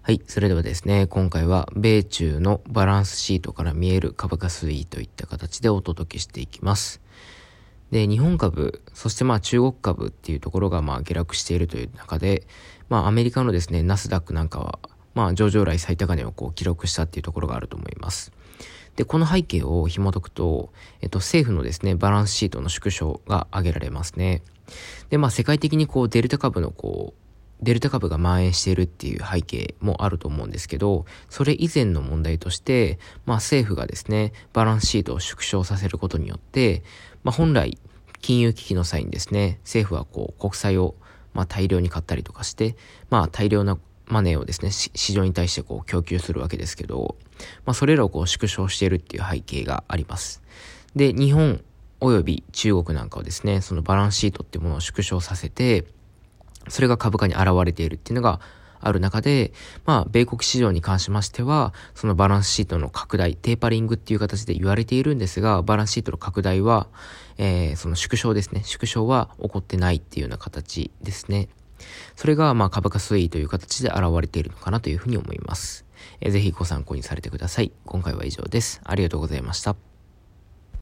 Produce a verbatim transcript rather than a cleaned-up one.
はい。それではですね、今回は米中のバランスシートから見える株価推移といった形でお届けしていきます。で、日本株、そしてまあ中国株っていうところがまあ下落しているという中で、まあアメリカのですね、ナスダックなんかは、まあ上場来最高値をこう記録したっていうところがあると思います。で、この背景を紐解くと、えっと、政府のですね、バランスシートの縮小が挙げられますね。で、まあ世界的にこうデルタ株のこう、デルタ株が蔓延しているっていう背景もあると思うんですけど、それ以前の問題として、まあ政府がですね、バランスシートを縮小させることによって、まあ本来、金融危機の際にですね、政府はこう国債をまあ大量に買ったりとかして、まあ大量なマネーをですね、市場に対してこう供給するわけですけど、まあそれらをこう縮小しているっていう背景があります。で、日本および中国なんかはですね、そのバランスシートっていうものを縮小させて、それが株価に現れているっていうのがある中で、まあ、米国市場に関しましては、そのバランスシートの拡大、テーパリングっていう形で言われているんですが、バランスシートの拡大は、えー、その縮小ですね。縮小は起こってないっていうような形ですね。それが、まあ、株価推移という形で現れているのかなというふうに思います。えー、ぜひご参考にされてください。今回は以上です。ありがとうございました。